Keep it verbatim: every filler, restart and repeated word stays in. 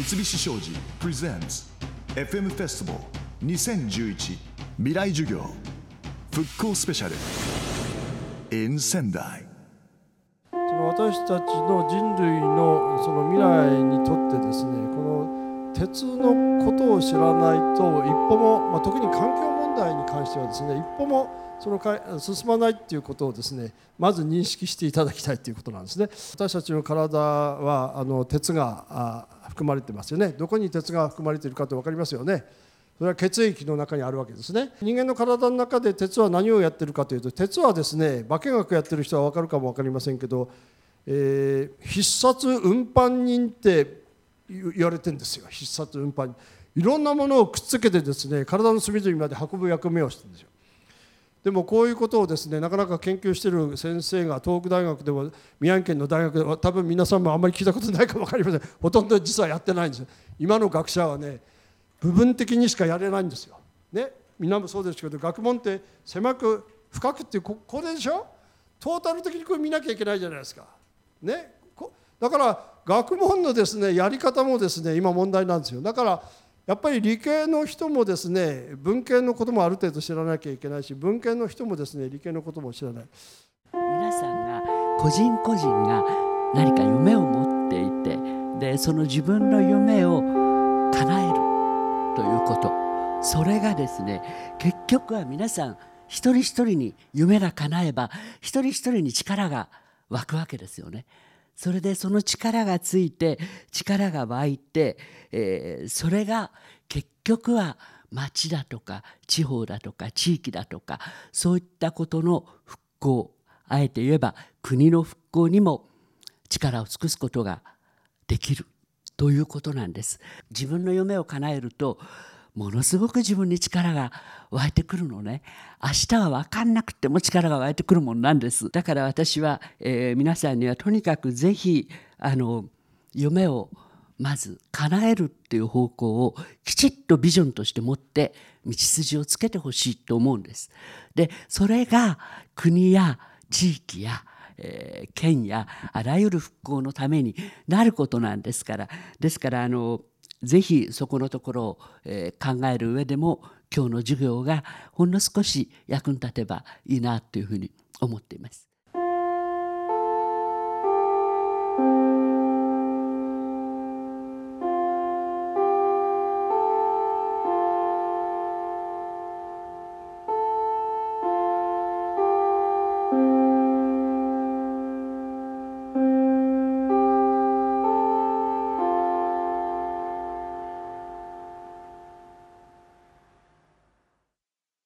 三菱商事プレゼンツ エフエム フェスティバルにせんじゅういち未来授業復興スペシャル in 仙台。 その私たちの人類のその未来にとってですね、この鉄のことを知らないと一歩も、まあ、特に環境問題に関してはですね、一歩もそのか進まないっていうことをですね、まず認識していただきたいということなんですね。私たちの体はあの鉄が含まれてますよね。どこに鉄が含まれているかって分かりますよね。それは血液の中にあるわけですね。人間の体の中で鉄は何をやってるかというと、鉄はですね、化学やってる人は分かるかも分かりませんけど、えー、必殺運搬人って言われてるんですよ。必殺運搬人、いろんなものをくっつけてですね、体の隅々まで運ぶ役目をしてるんですよ。でもこういうことをですね、なかなか研究している先生が東北大学でも宮城県の大学では、多分皆さんもあんまり聞いたことないかも分かりません。ほとんど実はやってないんですよ。今の学者はね、部分的にしかやれないんですよ。ね、みんなもそうですけど、学問って狭く深くってここれでしょ。トータル的にこれ見なきゃいけないじゃないですか。ね、だから学問のですねやり方もですね今問題なんですよ。だからやっぱり理系の人もですね文系のこともある程度知らなきゃいけないし、文系の人もですね理系のことも知らない。 皆さんが個人個人が何か夢を持っていて、でその自分の夢を叶えるということ、それがですね結局は皆さん一人一人に夢が叶えば一人一人に力が湧くわけですよね。それでその力がついて力が湧いて、えー、それが結局は町だとか地方だとか地域だとかそういったことの復興、あえて言えば国の復興にも力を尽くすことができるということなんです。自分の夢を叶えるとものすごく自分に力が湧いてくるのね。明日は分かんなくても力が湧いてくるもんなんです。だから私は、えー、皆さんにはとにかくぜひあの夢をまず叶えるっていう方向をきちっとビジョンとして持って道筋をつけてほしいと思うんです。でそれが国や地域やえー、県やあらゆる復興のためになることなんですから、ですからあのぜひそこのところを、えー、考える上でも今日の授業がほんの少し役に立てばいいなというふうに思っています。